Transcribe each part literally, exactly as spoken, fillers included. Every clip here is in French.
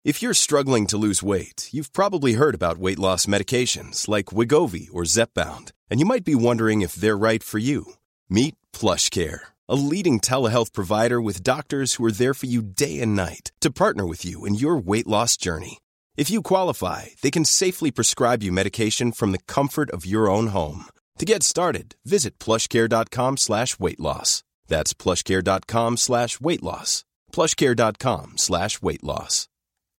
If you're struggling to lose weight, you've probably heard about weight loss medications like Wegovy or Zepbound, and you might be wondering if they're right for you. Meet PlushCare, a leading telehealth provider with doctors who are there for you day and night to partner with you in your weight loss journey. If you qualify, they can safely prescribe you medication from the comfort of your own home. To get started, visit plushcare.com slash weight loss. That's plushcare.com slash weight loss. plushcare.com slash weight loss.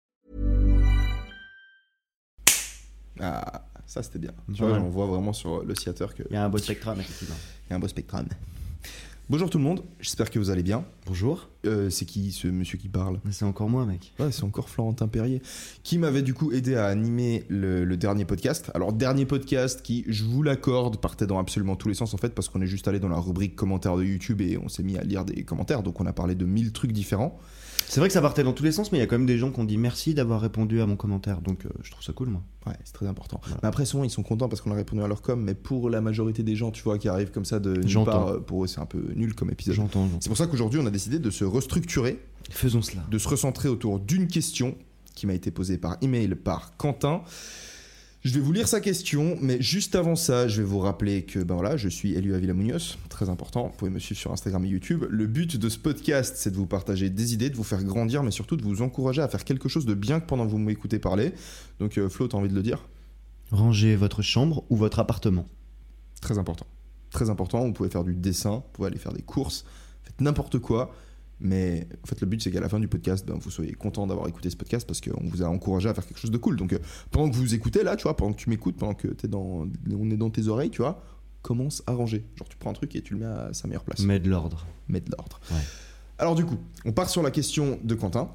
Ah, ça c'était bien. Tu vois, on voit vraiment sur l'oscillateur que... Il y a un beau spectrum, effectivement. Il y a un beau spectrum. Bonjour tout le monde, j'espère que vous allez bien. Bonjour. Euh, c'est qui ce monsieur qui parle ? C'est encore moi, mec. Ouais, c'est encore Florentin Perrier, qui m'avait du coup aidé à animer le, le dernier podcast. Alors, dernier podcast qui, je vous l'accorde, partait dans absolument tous les sens en fait, parce qu'on est juste allé dans la rubrique commentaires de YouTube et on s'est mis à lire des commentaires, donc on a parlé de mille trucs différents. C'est vrai que ça partait dans tous les sens, mais il y a quand même des gens qui ont dit merci d'avoir répondu à mon commentaire, donc euh, je trouve ça cool, moi. Ouais, c'est très important. Voilà. Mais après, souvent, ils sont contents parce qu'on a répondu à leur com, mais pour la majorité des gens, tu vois, qui arrivent comme ça de nulle part, pour eux, c'est un peu nul comme épisode. J'entends, j'entends. C'est pour ça qu'aujourd'hui, on a décidé de se restructurer. Faisons cela. De se recentrer autour d'une question qui m'a été posée par email par Quentin. Je vais vous lire sa question, mais juste avant ça, je vais vous rappeler que ben voilà, je suis Elio Avila Munoz, très important, vous pouvez me suivre sur Instagram et YouTube. Le but de ce podcast, c'est de vous partager des idées, de vous faire grandir, mais surtout de vous encourager à faire quelque chose de bien pendant que vous m'écoutez parler. Donc euh, Flo, t'as envie de le dire ? Rangez votre chambre ou votre appartement. Très important. Très important, vous pouvez faire du dessin, vous pouvez aller faire des courses, faites n'importe quoi. Mais en fait, le but, c'est qu'à la fin du podcast, ben, vous soyez content d'avoir écouté ce podcast parce qu'on vous a encouragé à faire quelque chose de cool. Donc, euh, pendant que vous écoutez là, tu vois, pendant que tu m'écoutes, pendant que t'es dans, on est dans tes oreilles, tu vois, commence à ranger. Genre, tu prends un truc et tu le mets à sa meilleure place. Mets de l'ordre. Mets de l'ordre. Ouais. Alors, du coup, on part sur la question de Quentin.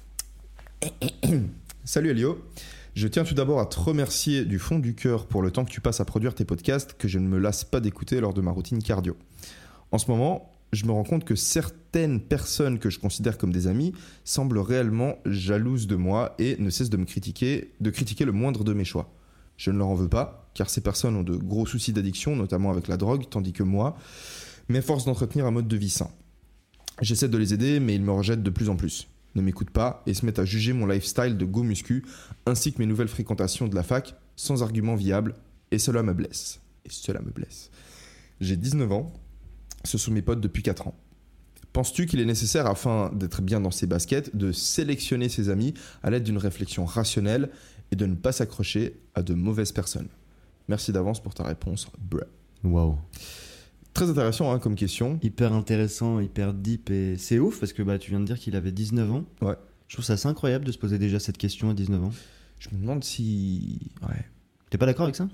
Salut Elio. Je tiens tout d'abord à te remercier du fond du cœur pour le temps que tu passes à produire tes podcasts que je ne me lasse pas d'écouter lors de ma routine cardio. En ce moment, je me rends compte que certaines personnes que je considère comme des amis semblent réellement jalouses de moi et ne cessent de me critiquer, de critiquer le moindre de mes choix. Je ne leur en veux pas, car ces personnes ont de gros soucis d'addiction, notamment avec la drogue, tandis que moi, m'efforce d'entretenir un mode de vie sain. J'essaie de les aider, mais ils me rejettent de plus en plus, ne m'écoutent pas et se mettent à juger mon lifestyle de go muscu, ainsi que mes nouvelles fréquentations de la fac, sans argument viable, et cela me blesse. Et cela me blesse. J'ai dix-neuf ans. Ce sont mes potes depuis quatre ans. Penses-tu qu'il est nécessaire, afin d'être bien dans ses baskets, de sélectionner ses amis à l'aide d'une réflexion rationnelle et de ne pas s'accrocher à de mauvaises personnes ? Merci d'avance pour ta réponse, bruh. Waouh. Très intéressant hein, comme question. Hyper intéressant, hyper deep et c'est ouf parce que bah, tu viens de dire qu'il avait dix-neuf ans. Ouais. Je trouve ça assez incroyable de se poser déjà cette question à dix-neuf ans. Je me demande si... Ouais. T'es pas d'accord avec ça ?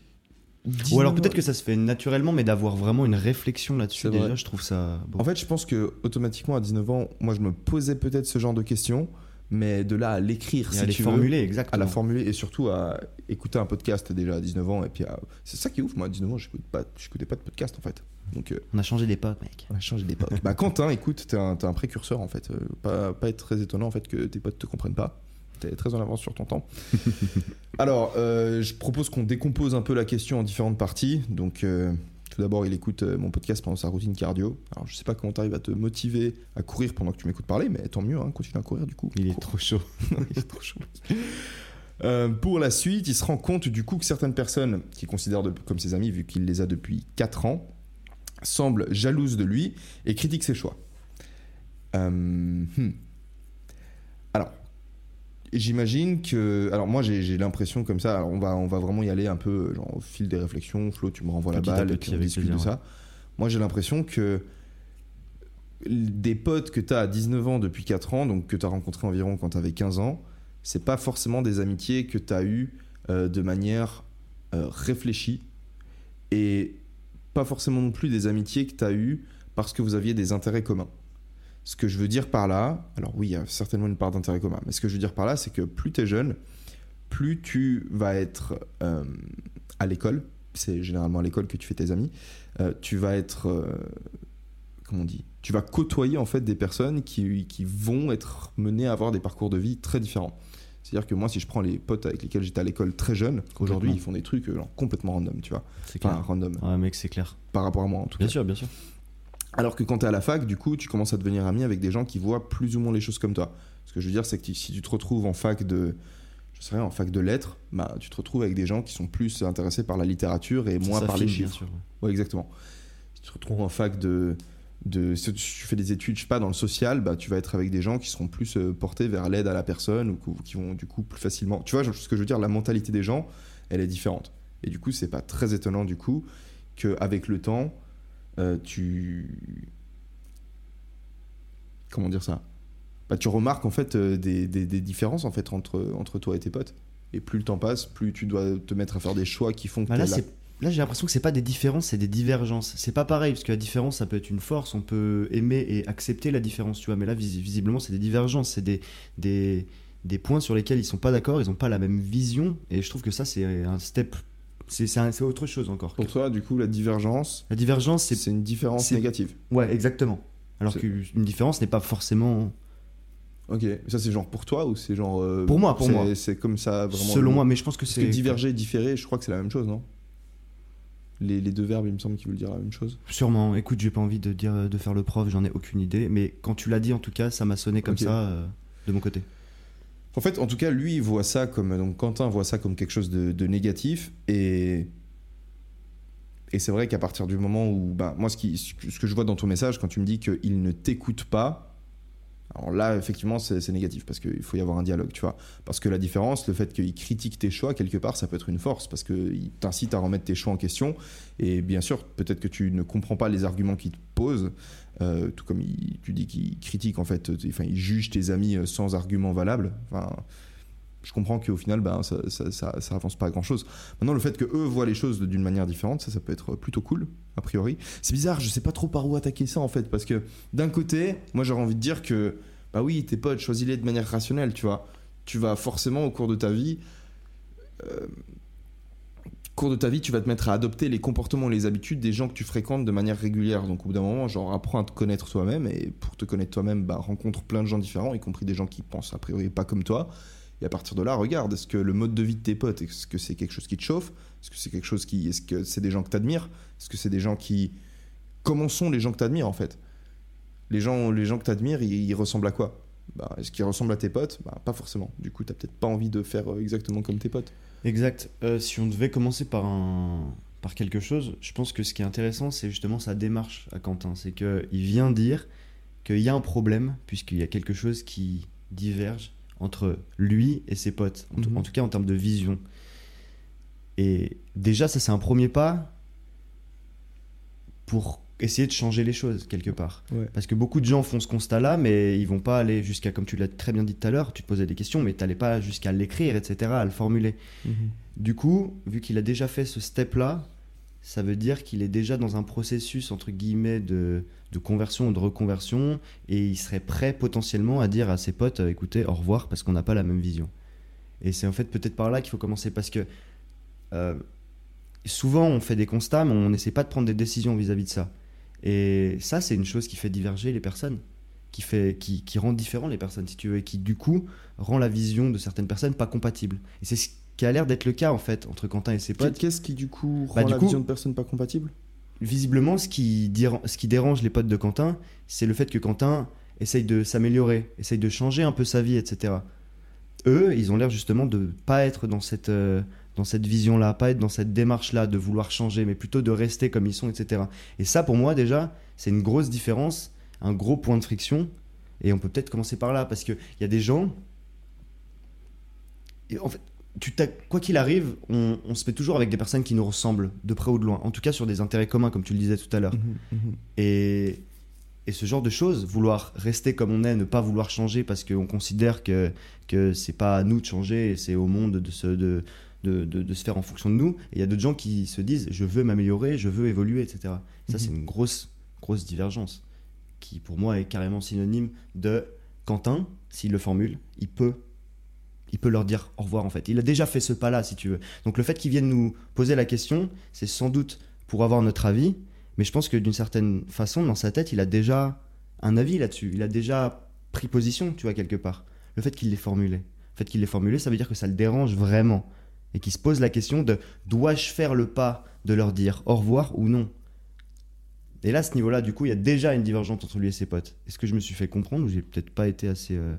Ou alors peut-être que ça se fait naturellement, mais d'avoir vraiment une réflexion là-dessus, déjà, je trouve ça beau. En fait, je pense que automatiquement à dix-neuf ans, moi je me posais peut-être ce genre de questions, mais de là à l'écrire, et si à les tu formuler, veux, exactement. à la formuler et surtout à écouter un podcast déjà à dix-neuf ans. Et puis à... c'est ça qui est ouf, moi à dix-neuf ans, j'écoute pas, j'écoutais pas de podcast en fait. Donc, euh, on a changé d'époque, mec. On a changé d'époque. Bah Quentin, écoute, t'es un, t'es un précurseur en fait. Euh, pas, pas être très étonnant en fait que tes potes te comprennent pas. T'es très en avance sur ton temps. Alors, euh, je propose qu'on décompose un peu la question en différentes parties. Donc, euh, tout d'abord, il écoute euh, mon podcast pendant sa routine cardio. Alors, je sais pas comment t'arrives à te motiver à courir pendant que tu m'écoutes parler, mais tant mieux, hein, continue à courir du coup. Il est Cours. trop chaud. Il est trop chaud. Euh, pour la suite, il se rend compte du coup que certaines personnes qu'il considère de, comme ses amis, vu qu'il les a depuis quatre ans, semblent jalouses de lui et critiquent ses choix. Euh, hmm. Alors, j'imagine que... Alors moi j'ai, j'ai l'impression comme ça, alors on va, on va vraiment y aller un peu genre, au fil des réflexions. Flo, tu me renvoies la balle et puis on discute de ça. Ouais. Moi j'ai l'impression que des potes que tu as à dix-neuf ans depuis quatre ans, donc que tu as rencontrés environ quand tu avais quinze ans, c'est pas forcément des amitiés que tu as eues euh, de manière euh, réfléchie et pas forcément non plus des amitiés que tu as eues parce que vous aviez des intérêts communs. Ce que je veux dire par là, alors oui, il y a certainement une part d'intérêt commun, mais ce que je veux dire par là, c'est que plus tu es jeune, plus tu vas être euh, à l'école, c'est généralement à l'école que tu fais tes amis, euh, tu vas être, euh, comment on dit, tu vas côtoyer en fait des personnes qui, qui vont être menées à avoir des parcours de vie très différents. C'est-à-dire que moi, si je prends les potes avec lesquels j'étais à l'école très jeune, aujourd'hui, ils font des trucs genre, complètement random, tu vois. C'est enfin, clair. random. Ouais, mec, c'est clair. Par rapport à moi, en tout bien cas. Bien sûr, bien sûr. Alors que quand tu es à la fac, du coup, tu commences à devenir ami avec des gens qui voient plus ou moins les choses comme toi. Ce que je veux dire, c'est que tu, si tu te retrouves en fac de, je sais rien, en fac de lettres, bah, tu te retrouves avec des gens qui sont plus intéressés par la littérature et moins par les chiffres. Bien sûr. Ouais, exactement. Si tu te retrouves en fac de, de, si tu fais des études, je sais pas, dans le social, bah, tu vas être avec des gens qui seront plus euh, portés vers l'aide à la personne ou qui vont du coup plus facilement. Tu vois, ce que je veux dire, la mentalité des gens, elle est différente. Et du coup, c'est pas très étonnant du coup qu'avec le temps, euh, tu... Comment dire ça ? Bah, tu remarques en fait euh, des, des, des différences en fait entre, entre toi et tes potes. Et plus le temps passe, plus tu dois te mettre à faire des choix qui font que bah là, là. là, j'ai l'impression que c'est pas des différences, c'est des divergences. C'est pas pareil, parce que la différence, ça peut être une force, on peut aimer et accepter la différence, tu vois. Mais là, vis- visiblement, c'est des divergences, c'est des, des, des points sur lesquels ils sont pas d'accord, ils ont pas la même vision. Et je trouve que ça, c'est un step. C'est, c'est, un, c'est autre chose encore. Pour toi, du coup, la divergence. La divergence, c'est. C'est une différence c'est... négative. Ouais, exactement. Alors c'est... qu'une différence n'est pas forcément. Ok, ça c'est genre pour toi ou c'est genre. Euh, pour moi, pour c'est, moi. C'est comme ça vraiment. Selon moi, mais je pense que Parce c'est. que diverger et différer, je crois que c'est la même chose, non ? les, les deux verbes, il me semble qu'ils veulent dire la même chose. Sûrement. Écoute, j'ai pas envie de, dire, de faire le prof, j'en ai aucune idée. Mais quand tu l'as dit, en tout cas, ça m'a sonné comme okay. ça euh, de mon côté. En fait, en tout cas, lui, il voit ça comme. Donc Quentin voit ça comme quelque chose de, de négatif et. Et c'est vrai qu'à partir du moment où, ben, moi, ce, qui, ce que je vois dans ton message, quand tu me dis qu'il ne t'écoute pas, alors là, effectivement, c'est, c'est négatif, parce qu'il faut y avoir un dialogue, tu vois. Parce que la différence, le fait qu'il critique tes choix, quelque part, ça peut être une force, parce qu'il t'incite à remettre tes choix en question. Et bien sûr, peut-être que tu ne comprends pas les arguments qu'il te pose, euh, tout comme il, tu dis qu'il critique, en fait, enfin, il juge tes amis sans argument valable. Enfin... Je comprends qu'au final, ben, ça, ça, ça, ça avance pas à grand chose. Maintenant, le fait qu'eux voient les choses d'une manière différente, ça, ça peut être plutôt cool, a priori. C'est bizarre, je sais pas trop par où attaquer ça, en fait, parce que d'un côté, moi, j'aurais envie de dire que, bah oui, tes potes, choisis-les de manière rationnelle, tu vois. Tu vas forcément, au cours de ta vie, euh, au cours de ta vie, tu vas te mettre à adopter les comportements, les habitudes des gens que tu fréquentes de manière régulière. Donc, au bout d'un moment, genre, apprends à te connaître toi-même, et pour te connaître toi-même, bah, rencontre plein de gens différents, y compris des gens qui pensent, a priori, pas comme toi. Et à partir de là, regarde, est-ce que le mode de vie de tes potes, est-ce que c'est quelque chose qui te chauffe ? Est-ce que c'est quelque chose qui... Est-ce que c'est des gens que tu admires ? Est-ce que c'est des gens qui... Comment sont les gens que tu admires, en fait ? Les gens, les gens que tu admires, ils, ils ressemblent à quoi ? Bah, est-ce qu'ils ressemblent à tes potes ? Bah, pas forcément. Du coup, tu n'as peut-être pas envie de faire exactement comme tes potes. Exact. Euh, si on devait commencer par, un... par quelque chose, je pense que ce qui est intéressant, c'est justement sa démarche à Quentin. C'est qu'il vient dire qu'il y a un problème, puisqu'il y a quelque chose qui diverge entre lui et ses potes, en, mmh. en tout cas en termes de vision. Et déjà, ça c'est un premier pas pour essayer de changer les choses quelque part. Ouais. Parce que beaucoup de gens font ce constat-là, mais ils vont pas aller jusqu'à, comme tu l'as très bien dit tout à l'heure, tu te posais des questions, mais tu n'allais pas jusqu'à l'écrire, et cetera, à le formuler. Mmh. Du coup, vu qu'il a déjà fait ce step-là, ça veut dire qu'il est déjà dans un processus, entre guillemets, de, de conversion ou de reconversion, et il serait prêt potentiellement à dire à ses potes, écoutez, au revoir, parce qu'on n'a pas la même vision. Et c'est en fait peut-être par là qu'il faut commencer, parce que euh, souvent on fait des constats, mais on n'essaie pas de prendre des décisions vis-à-vis de ça. Et ça, c'est une chose qui fait diverger les personnes, qui, fait, qui, qui rend différent les personnes, si tu veux, et qui du coup rend la vision de certaines personnes pas compatible. Et c'est ce qui a l'air d'être le cas en fait entre Quentin et ses potes. Qu'est-ce qui du coup rend bah, du la coup, vision de personnes pas compatibles ? Visiblement, ce qui, dérange, ce qui dérange les potes de Quentin, c'est le fait que Quentin essaye de s'améliorer, essaye de changer un peu sa vie, et cetera. Eux, ils ont l'air justement de pas être dans cette, euh, dans cette vision-là, pas être dans cette démarche-là de vouloir changer, mais plutôt de rester comme ils sont, et cetera. Et ça, pour moi, déjà, c'est une grosse différence, un gros point de friction. Et on peut peut-être commencer par là, parce qu'il y a des gens... Et en fait, tu quoi qu'il arrive, on, on se met toujours avec des personnes qui nous ressemblent, de près ou de loin. En tout cas, sur des intérêts communs, comme tu le disais tout à l'heure. Mmh, mmh. Et, et ce genre de choses, vouloir rester comme on est, ne pas vouloir changer parce qu'on considère que, que c'est pas à nous de changer, et c'est au monde de se, de, de, de, de se faire en fonction de nous. Et il y a d'autres gens qui se disent « je veux m'améliorer, je veux évoluer, et cetera » Ça, mmh. c'est une grosse, grosse divergence qui, pour moi, est carrément synonyme de Quentin, s'il le formule, il peut il peut leur dire au revoir en fait. Il a déjà fait ce pas-là si tu veux. Donc le fait qu'il vienne nous poser la question, c'est sans doute pour avoir notre avis, mais je pense que d'une certaine façon, dans sa tête, il a déjà un avis là-dessus. Il a déjà pris position, tu vois, quelque part. Le fait qu'il l'ait formulé. Le fait qu'il l'ait formulé, ça veut dire que ça le dérange vraiment. Et qu'il se pose la question de dois-je faire le pas de leur dire au revoir ou non ? Et là, à ce niveau-là, du coup, il y a déjà une divergence entre lui et ses potes. Est-ce que je me suis fait comprendre ou j'ai peut-être pas été assez... Euh...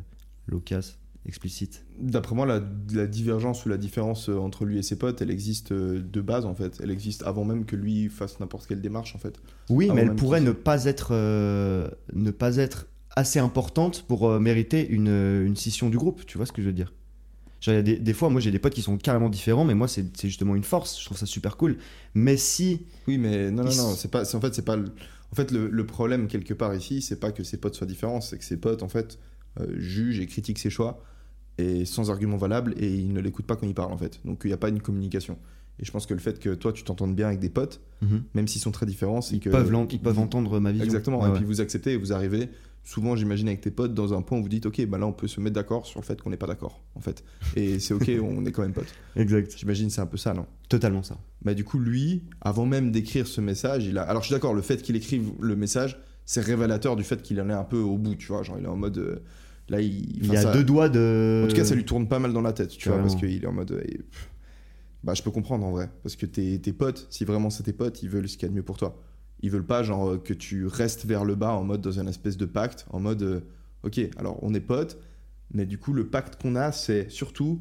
loquace, explicite. D'après moi, la, la divergence ou la différence euh, entre lui et ses potes, elle existe euh, de base en fait. Elle existe avant même que lui fasse n'importe quelle démarche en fait. Oui, Avant mais elle même pourrait qu'il- ne pas être, euh, ne pas être assez importante pour euh, mériter une, une scission du groupe. Tu vois ce que je veux dire? Genre, il y a des, des fois, moi j'ai des potes qui sont carrément différents, mais moi c'est c'est justement une force. Je trouve ça super cool. Mais si. Oui, mais non, non, Ils non, s- c'est pas, c'est- en fait, c'est pas. le- En fait, le, le problème quelque part ici, c'est pas que ses potes soient différents, c'est que ses potes en fait euh, jugent et critiquent ses choix et sans argument valable et ils ne l'écoutent pas quand il parle en fait. Donc il n'y a pas une communication. Et je pense que le fait que toi tu t'entendes bien avec des potes, Mhm. même s'ils sont très différents, c'est Ils, que peuvent l'en- ils peuvent entendre ma vision. exactement. Ouais, Et ouais. puis vous acceptez et vous arrivez. Souvent, j'imagine avec tes potes dans un point où vous dites, ok, bah là on peut se mettre d'accord sur le fait qu'on n'est pas d'accord en fait. Et c'est ok, on est quand même potes. Exact. J'imagine c'est un peu ça, non? Totalement ça. Bah du coup, lui, avant même d'écrire ce message, il a. Alors je suis d'accord, le fait qu'il écrive le message, c'est révélateur du fait qu'il en est un peu au bout, tu vois. Genre, il est en mode. euh, Là, il. Il enfin, y a ça- deux doigts de. En tout cas, ça lui tourne pas mal dans la tête, tu vois, Carrément. parce qu'il est en mode. euh, et, pff, Bah, je peux comprendre en vrai. Parce que tes, tes potes, si vraiment c'est tes potes, ils veulent ce qu'il y a de mieux pour toi. Ils veulent pas, genre, euh, que tu restes vers le bas en mode dans une espèce de pacte, en mode. euh, ok, alors on est potes, mais du coup, le pacte qu'on a, c'est surtout.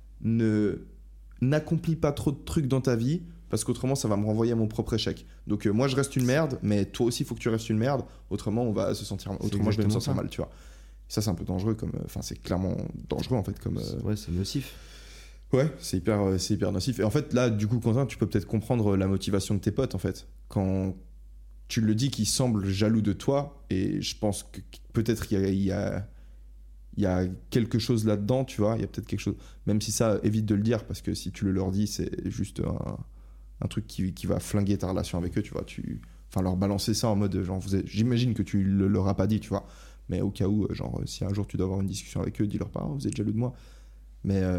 Ne. N'accomplis pas trop de trucs dans ta vie parce qu'autrement ça va me renvoyer à mon propre échec. Donc euh, moi je reste une merde, mais toi aussi il faut que tu restes une merde, autrement on va se sentir autrement je vais me exactement sentir ça. mal, tu vois. Ça c'est un peu dangereux comme enfin c'est clairement dangereux en fait comme euh, Ouais, c'est nocif. ouais, c'est hyper euh, c'est hyper nocif. Et en fait là du coup Quentin, tu peux peut-être comprendre la motivation de tes potes en fait. Quand tu le dis qu'ils semblent jaloux de toi et je pense que peut-être il y a, il y a il y a quelque chose là-dedans, tu vois, il y a peut-être quelque chose, même si ça, évite de le dire, parce que si tu le leur dis, c'est juste un, un truc qui, qui va flinguer ta relation avec eux, tu vois, tu, enfin leur balancer ça en mode, genre, vous êtes- j'imagine que tu le leur as pas dit, tu vois, mais au cas où, genre, si un jour tu dois avoir une discussion avec eux, dis-leur pas, oh, vous êtes jaloux de moi, mais euh,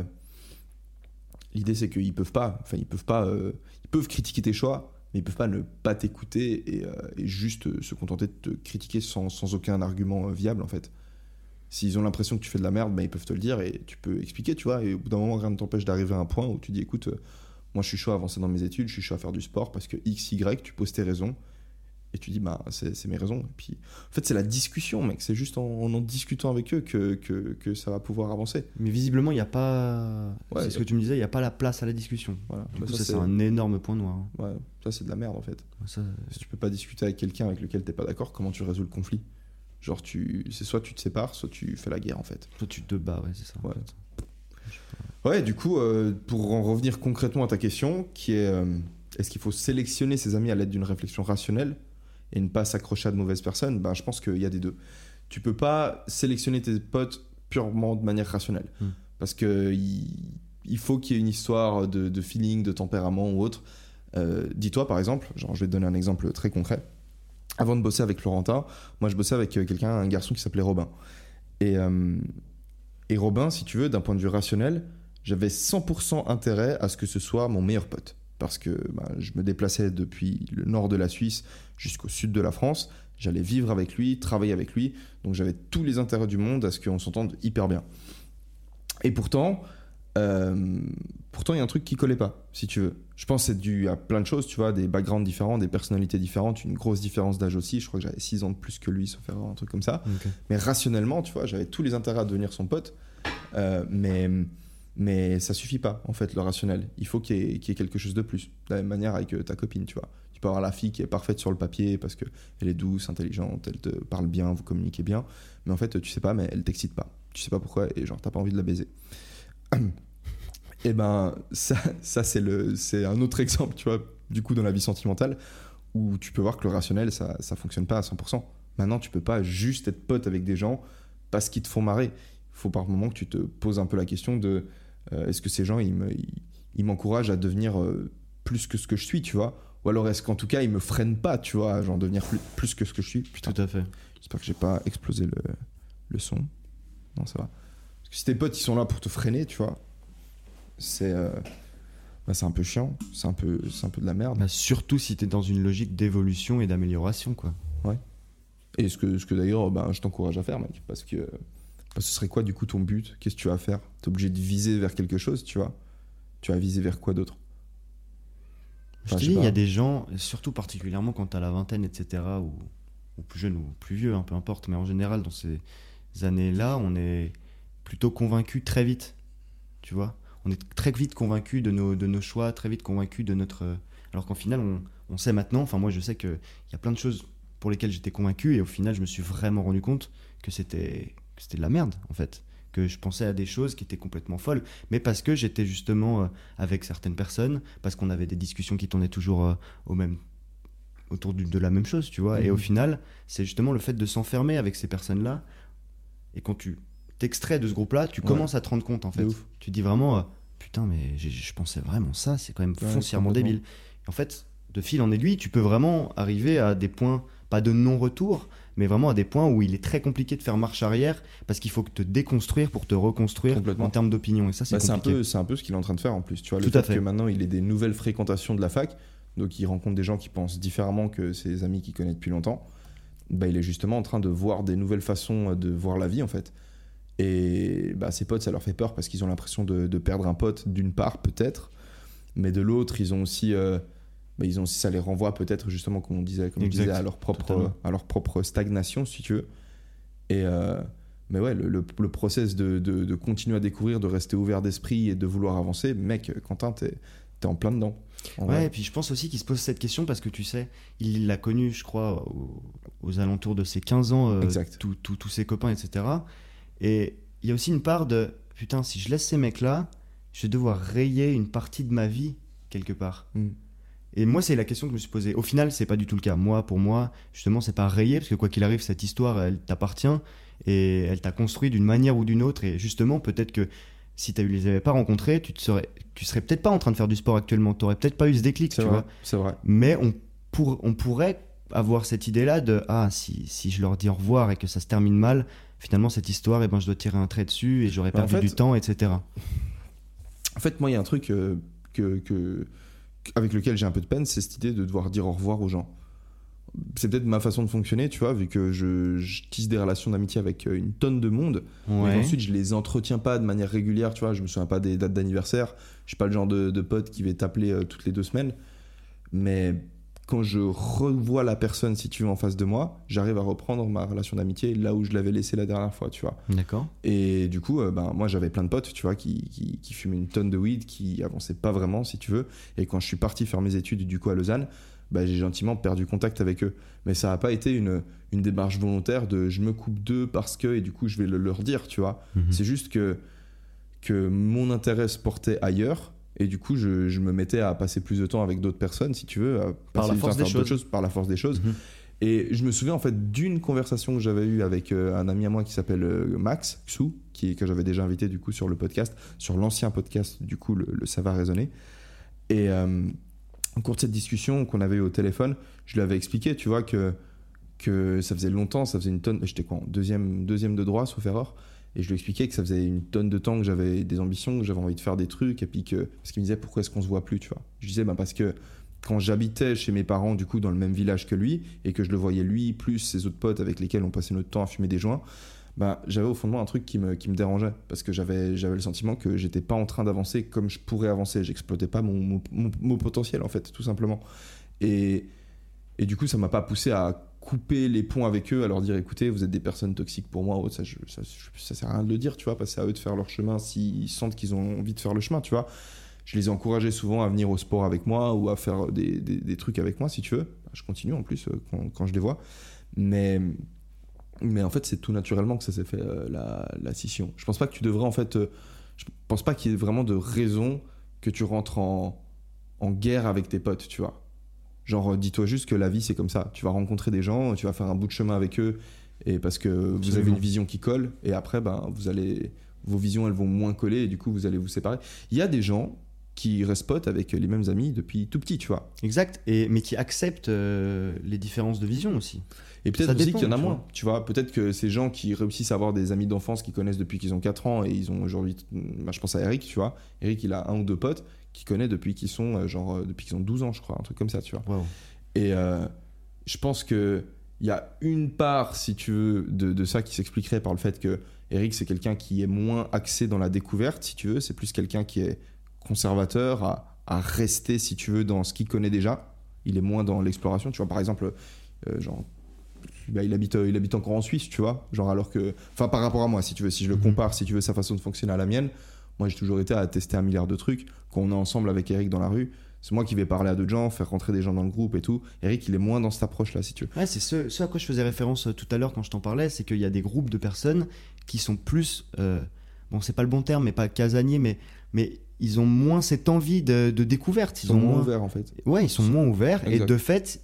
l'idée c'est qu'ils peuvent pas, enfin, ils peuvent pas, euh, ils peuvent critiquer tes choix, mais ils peuvent pas ne pas t'écouter et, euh, et juste euh, se contenter de te critiquer sans, sans aucun argument euh, viable, en fait. S'ils ont l'impression que tu fais de la merde, bah, ils peuvent te le dire et tu peux expliquer, tu vois. Et au bout d'un moment, rien ne t'empêche d'arriver à un point où tu dis, écoute, euh, moi je suis chaud à avancer dans mes études, je suis chaud à faire du sport parce que X, Y, tu poses tes raisons et tu dis, bah c'est c'est mes raisons. Et puis, en fait, c'est la discussion, mec. C'est juste en, en en discutant avec eux que, que, que ça va pouvoir avancer. Mais visiblement, il n'y a pas. Ouais, c'est ce y a- que tu me disais, il n'y a pas la place à la discussion. Voilà. Du Bah, coup, ça, ça, c'est c'est un énorme point noir. hein. ouais, ça, c'est de la merde en fait. Ça, Si tu peux pas discuter avec quelqu'un avec lequel t'es pas d'accord, comment tu résous le conflit? Genre, tu, c'est soit tu te sépares, soit tu fais la guerre en fait. toi, tu te bats, ouais, c'est ça. en Ouais. fait. Ouais, du coup, euh, pour en revenir concrètement à ta question, qui est euh, est-ce qu'il faut sélectionner ses amis à l'aide d'une réflexion rationnelle et ne pas s'accrocher à de mauvaises personnes? Ben, je pense qu'il y a des deux. Tu peux pas sélectionner tes potes purement de manière rationnelle. Hmm. Parce que il, il faut qu'il y ait une histoire de, de feeling, de tempérament ou autre. Euh, dis-toi, par exemple, genre, je vais te donner un exemple très concret. Avant de bosser avec Florentin, moi, je bossais avec euh, quelqu'un, un garçon qui s'appelait Robin. Et, euh, et Robin, si tu veux, d'un point de vue rationnel, j'avais cent pour cent intérêt à ce que ce soit mon meilleur pote. Parce que bah, je me déplaçais depuis le nord de la Suisse jusqu'au sud de la France. J'allais vivre avec lui, travailler avec lui. Donc j'avais tous les intérêts du monde à ce qu'on s'entende hyper bien. Et pourtant, euh, pourtant il y a un truc qui collait pas, si tu veux. Je pense que c'est dû à plein de choses, tu vois, des backgrounds différents, des personnalités différentes, une grosse différence d'âge aussi. Je crois que j'avais six ans de plus que lui, sauf erreur, un truc comme ça. Ok. Mais rationnellement, tu vois, j'avais tous les intérêts à devenir son pote. Euh, mais, mais ça suffit pas, en fait, le rationnel. Il faut qu'il y ait, qu'il y ait quelque chose de plus. De la même manière avec euh, ta copine, tu vois. Tu peux avoir la fille qui est parfaite sur le papier parce qu'elle est douce, intelligente, elle te parle bien, vous communiquez bien. Mais en fait, tu sais pas, mais elle t'excite pas. Tu sais pas pourquoi et genre, t'as pas envie de la baiser. Et ben, ça, ça c'est, le, c'est un autre exemple, tu vois, du coup, dans la vie sentimentale, où tu peux voir que le rationnel, ça, ça fonctionne pas à cent pour cent. Maintenant, tu peux pas juste être pote avec des gens parce qu'ils te font marrer. Il faut par moment que tu te poses un peu la question de euh, est-ce que ces gens, ils, me, ils, ils m'encouragent à devenir euh, plus que ce que je suis, tu vois? Ou alors est-ce qu'en tout cas, ils me freinent pas, tu vois, à genre devenir plus, plus que ce que je suis? Putain, Tout à fait. j'espère que j'ai pas explosé le, le son. Non, ça va. Parce que si tes potes, ils sont là pour te freiner, tu vois, c'est, euh, bah, c'est un peu chiant, c'est un peu, c'est un peu de la merde. Bah, surtout si t'es dans une logique d'évolution et d'amélioration, quoi. Et ce que, ce que d'ailleurs, ben, je t'encourage à faire, mec. Parce que, parce que ce serait quoi, du coup, ton but? Qu'est-ce que tu vas faire? T'es obligé de viser vers quelque chose, tu vois? Tu vas viser vers quoi d'autre? Je Enfin, te je sais dis, il y pas. a des gens, surtout particulièrement quand t'as la vingtaine, et cetera, ou, ou plus jeune ou plus vieux, hein, peu importe, mais en général, dans ces années-là, on est plutôt convaincus très vite, tu vois. On est très vite convaincus de nos, de nos choix, très vite convaincus de notre... Alors qu'en final, on, on sait maintenant, enfin moi je sais qu'il y a plein de choses pour lesquelles j'étais convaincu et au final je me suis vraiment rendu compte que c'était, que c'était de la merde en fait. Que je pensais à des choses qui étaient complètement folles, mais parce que j'étais justement euh, avec certaines personnes, parce qu'on avait des discussions qui tournaient toujours euh, au même, autour du, de la même chose, tu vois. Mmh. Et au final, c'est justement le fait de s'enfermer avec ces personnes-là, et quand tu t'extrais de ce groupe-là, tu ouais. commences à te rendre compte, en fait. Tu dis vraiment, euh, putain, mais j'ai, je pensais vraiment ça, c'est quand même ouais, foncièrement débile. Et en fait, de fil en aiguille, tu peux vraiment arriver à des points, pas de non-retour, mais vraiment à des points où il est très compliqué de faire marche arrière parce qu'il faut te déconstruire pour te reconstruire en termes d'opinion. Et ça, c'est bah, compliqué. C'est un peu, c'est un peu ce qu'il est en train de faire en plus. Tu vois, le fait, fait que maintenant, il ait des nouvelles fréquentations de la fac, donc il rencontre des gens qui pensent différemment que ses amis qu'il connaît depuis longtemps, bah, il est justement en train de voir des nouvelles façons de voir la vie, en fait. Et bah, ses potes, ça leur fait peur parce qu'ils ont l'impression de, de perdre un pote, d'une part, peut-être, mais de l'autre, ils ont aussi... Euh, Bah, ils ont aussi, ça les renvoie peut-être justement comme on disait, comme on disait à leur propre à leur propre stagnation si tu veux. Et euh, mais ouais, le, le, le process de, de, de continuer à découvrir, de rester ouvert d'esprit et de vouloir avancer, mec, Quentin, t'es, t'es en plein dedans. En ouais, vrai. Et puis je pense aussi qu'il se pose cette question parce que tu sais, il l'a connu, je crois, aux, aux alentours de ses quinze ans, euh, tous tout, tout ses copains, et cetera. Et il y a aussi une part de putain, si je laisse ces mecs-là, je vais devoir rayer une partie de ma vie quelque part. Mm. Et moi, c'est la question que je me suis posée. Au final, c'est pas du tout le cas. Moi, pour moi, justement, c'est pas rayé, parce que quoi qu'il arrive, cette histoire, elle t'appartient et elle t'a construit d'une manière ou d'une autre. Et justement, peut-être que si tu les avais pas rencontrés, tu te serais, tu serais peut-être pas en train de faire du sport actuellement. Tu aurais peut-être pas eu ce déclic, c'est tu vrai, vois. C'est vrai. Mais on, pour, on pourrait avoir cette idée-là de ah, si, si je leur dis au revoir et que ça se termine mal, finalement, cette histoire, eh ben, je dois tirer un trait dessus et j'aurais bah, perdu en fait, du temps, et cetera. En fait, moi, il y a un truc euh, que. que... avec lequel j'ai un peu de peine, c'est cette idée de devoir dire au revoir aux gens. C'est peut-être ma façon de fonctionner, tu vois, vu que je, je tisse des relations d'amitié avec une tonne de monde, ouais. Mais ensuite je les entretiens pas de manière régulière, tu vois, je me souviens pas des dates d'anniversaire, je suis pas le genre de, de pote qui va t'appeler euh, toutes les deux semaines, mais quand je revois la personne, si tu veux, en face de moi, j'arrive à reprendre ma relation d'amitié là où je l'avais laissée la dernière fois, tu vois. D'accord. Et du coup, euh, ben, moi, j'avais plein de potes, tu vois, qui, qui, qui fumaient une tonne de weed, qui avançaient pas vraiment, si tu veux. Et quand je suis parti faire mes études, du coup, à Lausanne, ben, j'ai gentiment perdu contact avec eux. Mais ça n'a pas été une, une démarche volontaire de je me coupe d'eux parce que, et du coup, je vais le leur dire, tu vois. Mm-hmm. C'est juste que, que mon intérêt se portait ailleurs. Et du coup, je, je me mettais à passer plus de temps avec d'autres personnes, si tu veux, à par la force des choses. choses, par la force des choses. Mmh. Et je me souviens en fait d'une conversation que j'avais eue avec euh, un ami à moi qui s'appelle euh, Max Xu, qui que j'avais déjà invité du coup sur le podcast, sur l'ancien podcast du coup le, le Ça va résonner. Et euh, au cours de cette discussion qu'on avait eu au téléphone, je lui avais expliqué, tu vois, que que ça faisait longtemps, ça faisait une tonne. J'étais quoi, en deuxième deuxième de droit, sauf erreur. Et je lui expliquais que ça faisait une tonne de temps que j'avais des ambitions, que j'avais envie de faire des trucs, et puis que parce qu'il me disait pourquoi est-ce qu'on se voit plus, tu vois. Je disais bah parce que quand j'habitais chez mes parents du coup dans le même village que lui et que je le voyais lui plus ses autres potes avec lesquels on passait notre temps à fumer des joints, bah j'avais au fond de moi un truc qui me qui me dérangeait parce que j'avais j'avais le sentiment que j'étais pas en train d'avancer comme je pourrais avancer, j'exploitais pas mon mon, mon, mon potentiel en fait tout simplement. Et et du coup ça m'a pas poussé à couper les ponts avec eux, à leur dire écoutez vous êtes des personnes toxiques pour moi, ça, je, ça, ça sert à rien de le dire, tu vois, passer à eux de faire leur chemin s'ils sentent qu'ils ont envie de faire le chemin, tu vois. Je les ai encouragés souvent à venir au sport avec moi ou à faire des, des, des trucs avec moi si tu veux, je continue en plus quand, quand je les vois, mais, mais en fait c'est tout naturellement que ça s'est fait euh, la, la scission. Je pense pas que tu devrais en fait, euh, je pense pas qu'il y ait vraiment de raison que tu rentres en, en guerre avec tes potes, tu vois. Genre, dis-toi juste que la vie, c'est comme ça. Tu vas rencontrer des gens, tu vas faire un bout de chemin avec eux, et parce que Absolument. Vous avez une vision qui colle, et après, ben, vous allez, vos visions, elles vont moins coller, et du coup, vous allez vous séparer. Il y a des gens qui restent potes avec les mêmes amis depuis tout petit, tu vois. Exact, et, mais qui acceptent euh, les différences de vision aussi. Et peut-être ça aussi dépend, qu'il y en a tu moins, vois. Tu vois. Peut-être que ces gens qui réussissent à avoir des amis d'enfance qu'ils connaissent depuis qu'ils ont quatre ans, et ils ont aujourd'hui... Ben, je pense à Eric, tu vois. Eric, il a un ou deux potes qui connaît depuis qu'ils sont euh, genre depuis qu'ils ont douze ans je crois, un truc comme ça, tu vois. Wow. Et euh, je pense que il y a une part, si tu veux, de, de ça qui s'expliquerait par le fait que Eric c'est quelqu'un qui est moins axé dans la découverte, si tu veux, c'est plus quelqu'un qui est conservateur à, à rester, si tu veux, dans ce qu'il connaît déjà. Il est moins dans l'exploration, tu vois. Par exemple, euh, genre bah, il, habite, il habite encore en Suisse, tu vois. Genre, alors que. Enfin, par rapport à moi, si tu veux, si je le compare, si tu veux, sa façon de fonctionner à la mienne, moi, j'ai toujours été à tester un milliard de trucs. Quand on est ensemble avec Eric dans la rue, c'est moi qui vais parler à d'autres gens, faire rentrer des gens dans le groupe et tout. Eric, il est moins dans cette approche-là, si tu veux. Ouais, c'est ce, ce à quoi je faisais référence tout à l'heure quand je t'en parlais, c'est qu'il y a des groupes de personnes qui sont plus. Euh, bon, c'est pas le bon terme, mais pas casaniers, mais. mais ils ont moins cette envie de, de découverte. Ils, ils sont ont moins moins ouverts, en fait. Ouais, ils sont moins ouverts. Exact. Et de fait,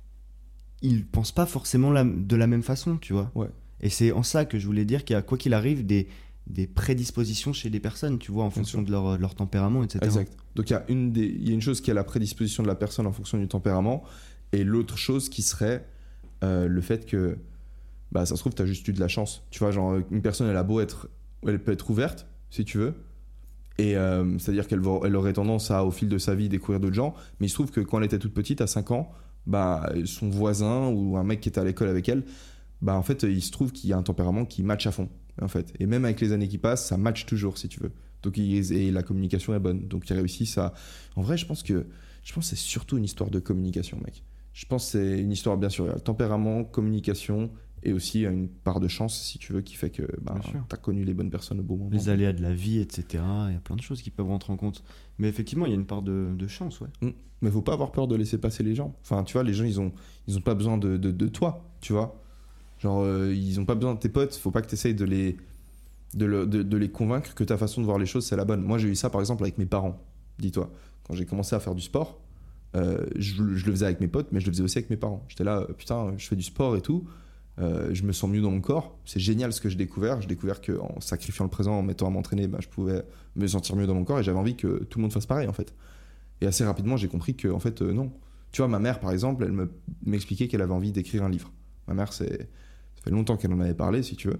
ils pensent pas forcément la, de la même façon, tu vois. Ouais. Et c'est en ça que je voulais dire qu'il y a, quoi qu'il arrive, des, des prédispositions chez les personnes, tu vois, en Bien fonction sûr. de leur, leur tempérament, et cetera. Exact. Donc, il y a une des, il y a une chose qui est la prédisposition de la personne en fonction du tempérament, et l'autre chose qui serait euh, le fait que, bah, ça se trouve, tu as juste eu de la chance. Tu vois, genre, une personne, elle a beau être, elle peut être ouverte, si tu veux. Et euh, c'est-à-dire qu'elle va, elle aurait tendance à, au fil de sa vie, découvrir d'autres gens. Mais il se trouve que quand elle était toute petite, à cinq ans, bah, son voisin ou un mec qui était à l'école avec elle, bah, en fait, il se trouve qu'il y a un tempérament qui match à fond. En fait. Et même avec les années qui passent, ça match toujours, si tu veux. Donc, il, et la communication est bonne. Donc, ils réussissent à... En vrai, je pense que, je pense que c'est surtout une histoire de communication, mec. Je pense que c'est une histoire, bien sûr, il y a le tempérament, communication... Et aussi une part de chance, si tu veux, qui fait que bah, tu as connu les bonnes personnes au bon moment. Les aléas de la vie, et cetera. Il y a plein de choses qui peuvent rentrer en compte. Mais effectivement, il y a une part de, de chance, ouais. Mmh. Mais il ne faut pas avoir peur de laisser passer les gens. Enfin, tu vois, les gens, ils n'ont ils ont pas besoin de, de, de toi, tu vois. Genre, euh, ils n'ont pas besoin de tes potes. Il ne faut pas que tu essayes de les, de, le, de, de les convaincre que ta façon de voir les choses, c'est la bonne. Moi, j'ai eu ça, par exemple, avec mes parents, dis-toi. Quand j'ai commencé à faire du sport, euh, je, je le faisais avec mes potes, mais je le faisais aussi avec mes parents. J'étais là, putain, je fais du sport et tout. Euh, je me sens mieux dans mon corps, c'est génial ce que j'ai découvert. J'ai découvert qu'en sacrifiant le présent, en mettant à m'entraîner, bah, je pouvais me sentir mieux dans mon corps et j'avais envie que tout le monde fasse pareil en fait. Et assez rapidement, j'ai compris que en fait, euh, non. Tu vois, ma mère par exemple, elle me, m'expliquait qu'elle avait envie d'écrire un livre. Ma mère, c'est, ça fait longtemps qu'elle en avait parlé, si tu veux.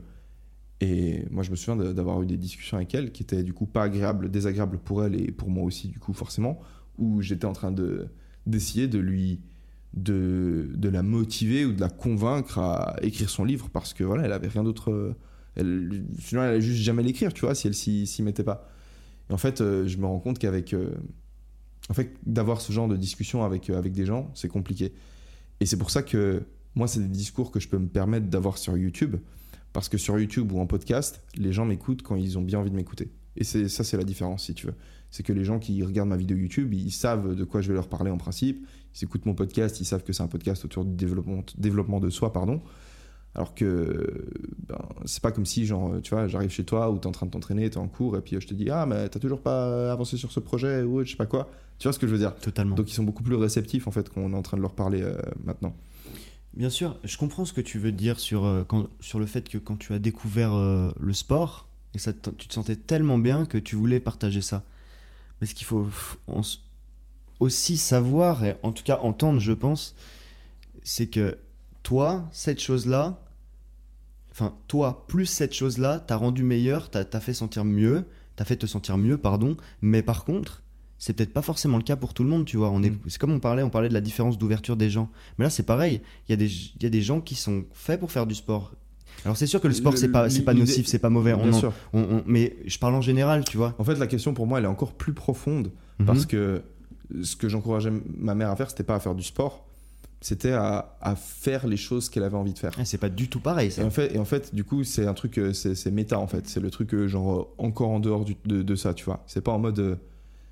Et moi, je me souviens de, d'avoir eu des discussions avec elle qui étaient du coup pas agréables, désagréables pour elle et pour moi aussi, du coup, forcément, où j'étais en train de, d'essayer de lui. De, de la motiver ou de la convaincre à écrire son livre parce que voilà, elle avait rien d'autre. Elle, sinon, elle allait juste jamais l'écrire, tu vois, si elle s'y, s'y mettait pas. Et en fait, euh, je me rends compte qu'avec. Euh, en fait, d'avoir ce genre de discussion avec, euh, avec des gens, c'est compliqué. Et c'est pour ça que moi, c'est des discours que je peux me permettre d'avoir sur YouTube. Parce que sur YouTube ou en podcast, les gens m'écoutent quand ils ont bien envie de m'écouter. Et c'est, ça, c'est la différence, si tu veux. C'est que les gens qui regardent ma vidéo YouTube, ils savent de quoi je vais leur parler en principe. Ils écoutent mon podcast, ils savent que c'est un podcast autour du développement, développement de soi, pardon. Alors que ben, c'est pas comme si, genre, tu vois, j'arrive chez toi où t'es en train de t'entraîner, t'es en cours, et puis je te dis, ah, mais t'as toujours pas avancé sur ce projet, ou je sais pas quoi. Tu vois ce que je veux dire ? Totalement. Donc ils sont beaucoup plus réceptifs, en fait, quand on est en train de leur parler euh, maintenant. Bien sûr, je comprends ce que tu veux dire sur, euh, quand, sur le fait que quand tu as découvert euh, le sport, et ça, tu te sentais tellement bien que tu voulais partager ça. Mais ce qu'il faut on, aussi savoir, et en tout cas entendre, je pense, c'est que toi, cette chose-là, enfin, toi, plus cette chose-là, t'as rendu meilleur, t'as, t'as fait sentir mieux, t'as fait te sentir mieux, pardon, mais par contre, c'est peut-être pas forcément le cas pour tout le monde, tu vois. On est, mmh. C'est comme on parlait, on parlait de la différence d'ouverture des gens. Mais là, c'est pareil, il y a des, il y a des gens qui sont faits pour faire du sport. Alors c'est sûr que le sport, le, c'est pas, c'est pas nocif, c'est pas mauvais, on en, on, on, mais je parle en général, tu vois. En fait, la question pour moi, elle est encore plus profonde, mmh. parce que ce que j'encourageais ma mère à faire, c'était pas à faire du sport, c'était à, à faire les choses qu'elle avait envie de faire. Ah, c'est pas du tout pareil, ça. Et en fait, et en fait du coup, c'est un truc, c'est, c'est méta, en fait. C'est le truc, genre, encore en dehors du, de, de ça, tu vois. C'est pas en mode... Euh,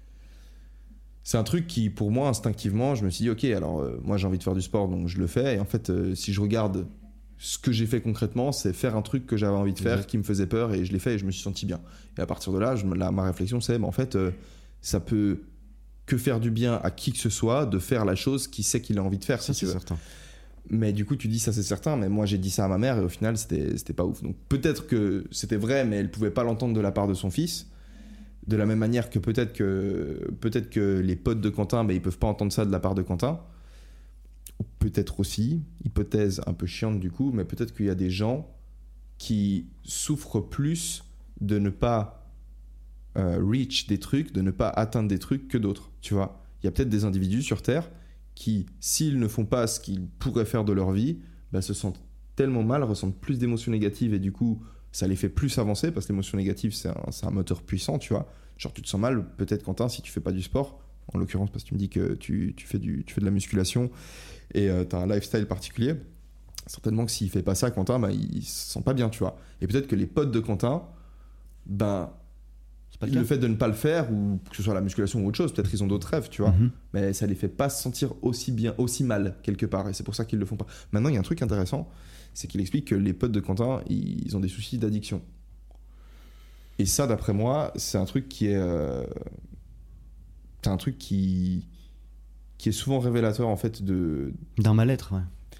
c'est un truc qui, pour moi, instinctivement, je me suis dit, ok, alors, euh, moi, j'ai envie de faire du sport, donc je le fais. Et en fait, euh, si je regarde... Ce que j'ai fait concrètement, c'est faire un truc que j'avais envie de faire, mmh. qui me faisait peur, et je l'ai fait et je me suis senti bien. Et à partir de là, je, la, ma réflexion, c'est, bah, en fait, euh, ça peut que faire du bien à qui que ce soit de faire la chose qu'il sait qu'il a envie de faire, ça, si tu veux. Certain. Mais du coup, tu dis ça, c'est certain, mais moi, j'ai dit ça à ma mère, et au final, c'était, c'était pas ouf. Donc peut-être que c'était vrai, mais elle pouvait pas l'entendre de la part de son fils. De la même manière que peut-être que, peut-être que les potes de Quentin, bah, ils peuvent pas entendre ça de la part de Quentin. Peut-être aussi, hypothèse un peu chiante du coup, mais peut-être qu'il y a des gens qui souffrent plus de ne pas euh, reach des trucs, de ne pas atteindre des trucs que d'autres, tu vois. Il y a peut-être des individus sur Terre qui, s'ils ne font pas ce qu'ils pourraient faire de leur vie, bah, se sentent tellement mal, ressentent plus d'émotions négatives et du coup, ça les fait plus avancer parce que l'émotion négative, c'est un, c'est un moteur puissant, tu vois. Genre, tu te sens mal, peut-être Quentin, si tu fais pas du sport, en l'occurrence parce que tu me dis que tu, tu, fais, du, tu fais de la musculation et euh, tu as un lifestyle particulier, certainement que s'il fait pas ça, Quentin, bah, il se sent pas bien, tu vois. Et peut-être que les potes de Quentin, ben, C'est pas le le, cas. fait de ne pas le faire, ou que ce soit la musculation ou autre chose, peut-être qu'ils ont d'autres rêves, tu vois. Mhm. Mais ça les fait pas se sentir aussi bien, aussi mal quelque part, et c'est pour ça qu'ils le font pas. Maintenant, il y a un truc intéressant, c'est qu'il explique que les potes de Quentin, ils ont des soucis d'addiction. Et ça, d'après moi, c'est un truc qui est, euh, c'est un truc qui, qui est souvent révélateur en fait de, D'un mal-être, ouais.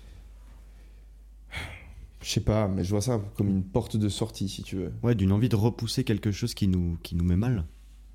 je sais pas, mais je vois ça comme une porte de sortie, si tu veux. Ouais, d'une envie de repousser quelque chose qui nous, qui nous met mal.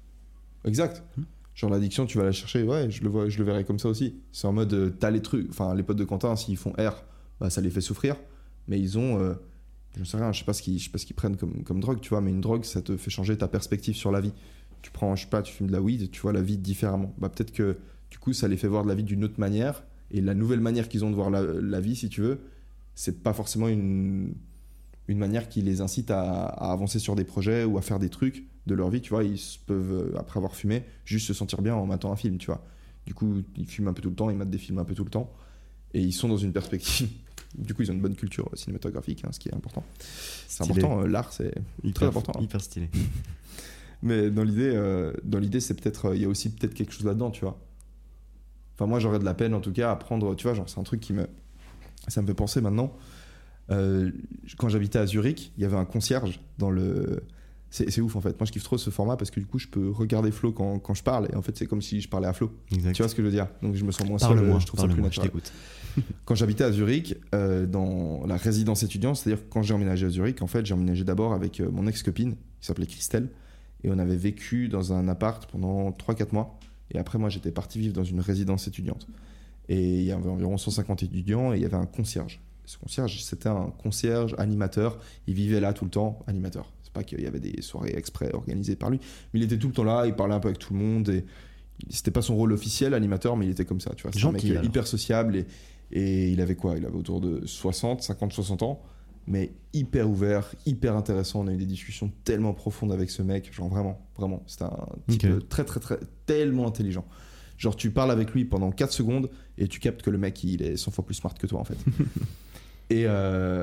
Exact. Hmm. Genre l'addiction, tu vas la chercher, ouais, je le vois, je le verrais comme ça aussi. C'est en mode, euh, t'as les trucs, enfin les potes de Quentin, s'ils font R, bah ça les fait souffrir, mais ils ont, euh, je sais rien, je sais pas ce qu'ils, je sais pas ce qu'ils prennent comme, comme drogue, tu vois, mais une drogue, ça te fait changer ta perspective sur la vie. Tu prends, je sais pas, tu fumes de la weed, tu vois la vie différemment. Bah peut-être que du coup, ça les fait voir de la vie d'une autre manière, et la nouvelle manière qu'ils ont de voir la, la vie, si tu veux, c'est pas forcément une, une manière qui les incite à, à avancer sur des projets ou à faire des trucs de leur vie, tu vois. Ils se peuvent, euh, après avoir fumé, juste se sentir bien en matant un film, tu vois. Du coup, ils fument un peu tout le temps, ils matent des films un peu tout le temps, et ils sont dans une perspective. Du coup, ils ont une bonne culture cinématographique, hein, ce qui est important. C'est Stylé. important, euh, l'art, c'est Hyper, très important. hein. Hyper stylé. Mais dans l'idée, euh, dans l'idée, c'est peut-être, il y a aussi peut-être quelque chose là-dedans, tu vois. Enfin, moi, j'aurais de la peine, en tout cas, à prendre, tu vois, genre, c'est un truc qui me, ça me fait penser maintenant. Euh, quand j'habitais à Zurich, il y avait un concierge dans le. C'est, c'est ouf en fait. Moi, je kiffe trop ce format parce que du coup, je peux regarder Flo quand, quand je parle et en fait, c'est comme si je parlais à Flo. Exact. Tu vois ce que je veux dire? Donc, je me sens moins seul. Parle-moi, Je trouve ça plus parle-moi, je naturel. t'écoute. Quand j'habitais à Zurich, euh, dans la résidence étudiante, c'est-à-dire que quand j'ai emménagé à Zurich, en fait, j'ai emménagé d'abord avec euh, mon ex-copine qui s'appelait Christelle et on avait vécu dans un appart pendant trois quatre mois. Et après, moi, j'étais parti vivre dans une résidence étudiante. Et il y avait environ cent cinquante étudiants et il y avait un concierge. Ce concierge, c'était un concierge animateur. Il vivait là tout le temps, animateur. C'est pas qu'il y avait des soirées exprès organisées par lui, mais il était tout le temps là, il parlait un peu avec tout le monde. Et c'était pas son rôle officiel, animateur, mais il était comme ça. Tu vois, c'est Gentil, un mec alors. hyper sociable et, et il avait quoi? Il avait autour de soixante, cinquante, soixante ans, mais hyper ouvert, hyper intéressant. On a eu des discussions tellement profondes avec ce mec, genre vraiment, vraiment. C'était un type Ok. euh, très, très, très, tellement intelligent. Genre, tu parles avec lui pendant quatre secondes et tu captes que le mec, il est cent fois plus smart que toi, en fait. et, euh,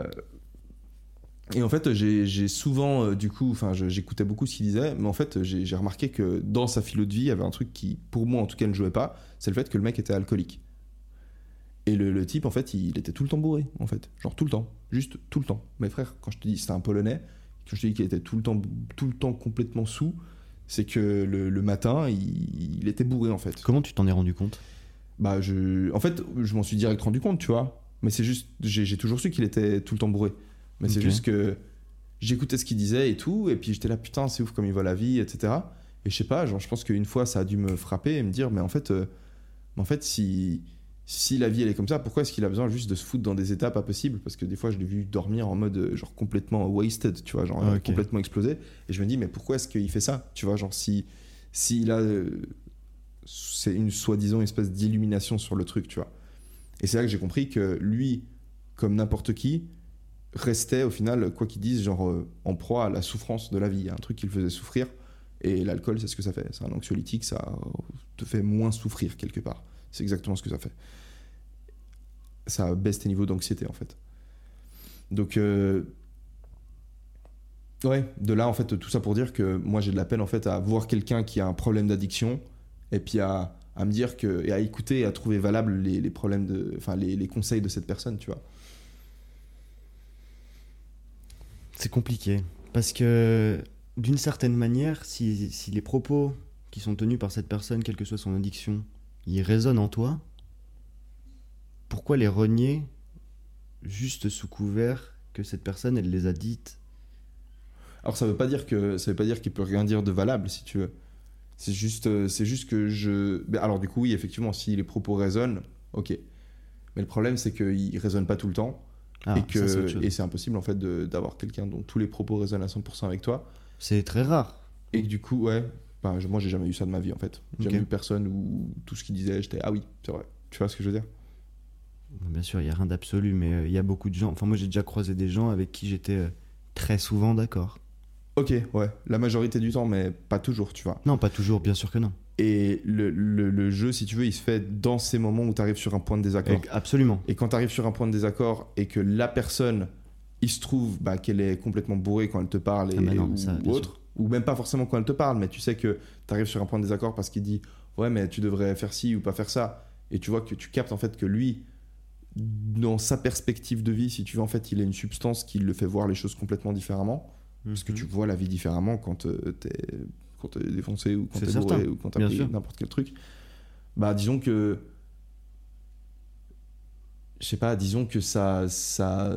et en fait, j'ai, j'ai souvent, euh, du coup, enfin, je- j'écoutais beaucoup ce qu'il disait, mais en fait, j'ai, j'ai remarqué que dans sa philo de vie, il y avait un truc qui, pour moi, en tout cas, ne jouait pas, c'est le fait que le mec était alcoolique. Et le, le type, en fait, il était tout le temps bourré, en fait. Genre tout le temps. Juste tout le temps. Mes frères, quand je te dis c'était un Polonais, quand je te dis qu'il était tout le temps, tout le temps complètement sous, c'est que le, le matin, il, il était bourré, en fait. Comment tu t'en es rendu compte? Bah, je... En fait, je m'en suis direct rendu compte, tu vois. Mais c'est juste... J'ai, j'ai toujours su qu'il était tout le temps bourré. Mais c'est Ok. juste que j'écoutais ce qu'il disait et tout, et puis j'étais là, putain, c'est ouf comme il voit la vie, et cetera. Et je sais pas, genre, je pense qu'une fois, ça a dû me frapper et me dire, mais en fait, euh, en fait si... si la vie, elle est comme ça, pourquoi est-ce qu'il a besoin juste de se foutre dans des états pas possibles? Parce que des fois, je l'ai vu dormir en mode, euh, genre, complètement wasted, tu vois, genre, Ah, euh, ok. complètement explosé. Et je me dis, mais pourquoi est-ce qu'il fait ça? Tu vois, genre, si... S'il a... euh, c'est une soi-disant espèce d'illumination sur le truc, tu vois. Et c'est là que j'ai compris que lui, comme n'importe qui, restait au final, quoi qu'il dise, genre euh, en proie à la souffrance de la vie. Il y a un truc qui le faisait souffrir, et l'alcool, c'est ce que ça fait. C'est un anxiolytique, ça te fait moins souffrir quelque part. C'est exactement ce que ça fait. Ça baisse tes niveaux d'anxiété, en fait. Donc, euh, ouais, de là, en fait, tout ça pour dire que moi, j'ai de la peine, en fait, à voir quelqu'un qui a un problème d'addiction, et puis à, à me dire que, et à écouter et à trouver valables les, les problèmes de, enfin, les, les conseils de cette personne, tu vois. C'est compliqué. Parce que, d'une certaine manière, si, si les propos qui sont tenus par cette personne, quelle que soit son addiction, ils résonnent en toi, pourquoi les renier juste sous couvert que cette personne, elle les a dites? Alors ça veut pas dire que ça veut pas dire qu'il peut rien dire de valable, si tu veux. C'est juste euh, c'est juste que je ben, alors du coup oui, effectivement, si les propos résonnent, OK. Mais le problème, c'est qu'ils résonnent pas tout le temps, Ah, et que ça, c'est autre chose. et c'est impossible en fait de- d'avoir quelqu'un dont tous les propos résonnent à cent pour cent avec toi, C'est très rare. et que du coup ouais, ben, je- moi j'ai jamais eu ça de ma vie, en fait. J'ai Ok. jamais eu personne où tout ce qu'il disait, j'étais ah oui, c'est vrai. Tu vois ce que je veux dire? Bien sûr, il n'y a rien d'absolu, mais euh, il y a beaucoup de gens. Enfin, moi, j'ai déjà croisé des gens avec qui j'étais euh, très souvent d'accord. OK, ouais, la majorité du temps, mais pas toujours, tu vois. Non, pas toujours, bien sûr que non. Et le, le, le jeu, si tu veux, il se fait dans ces moments où tu arrives sur un point de désaccord. Et- absolument. Et quand tu arrives sur un point de désaccord et que la personne, il se trouve bah, qu'elle est complètement bourrée quand elle te parle et, Ah bah non, ou, ça, ou bien autre, sûr. ou même pas forcément quand elle te parle, mais tu sais que tu arrives sur un point de désaccord parce qu'il dit ouais, mais tu devrais faire ci ou pas faire ça. Et tu vois que tu captes en fait que lui, dans sa perspective de vie, si tu veux, en fait, il a une substance qui le fait voir les choses complètement différemment. Parce que tu vois la vie différemment quand euh, t'es quand t'es défoncé ou quand C'est t'es certain, bourré ou quand t'as bien pris sûr. n'importe quel truc. Bah disons que je sais pas, disons que ça ça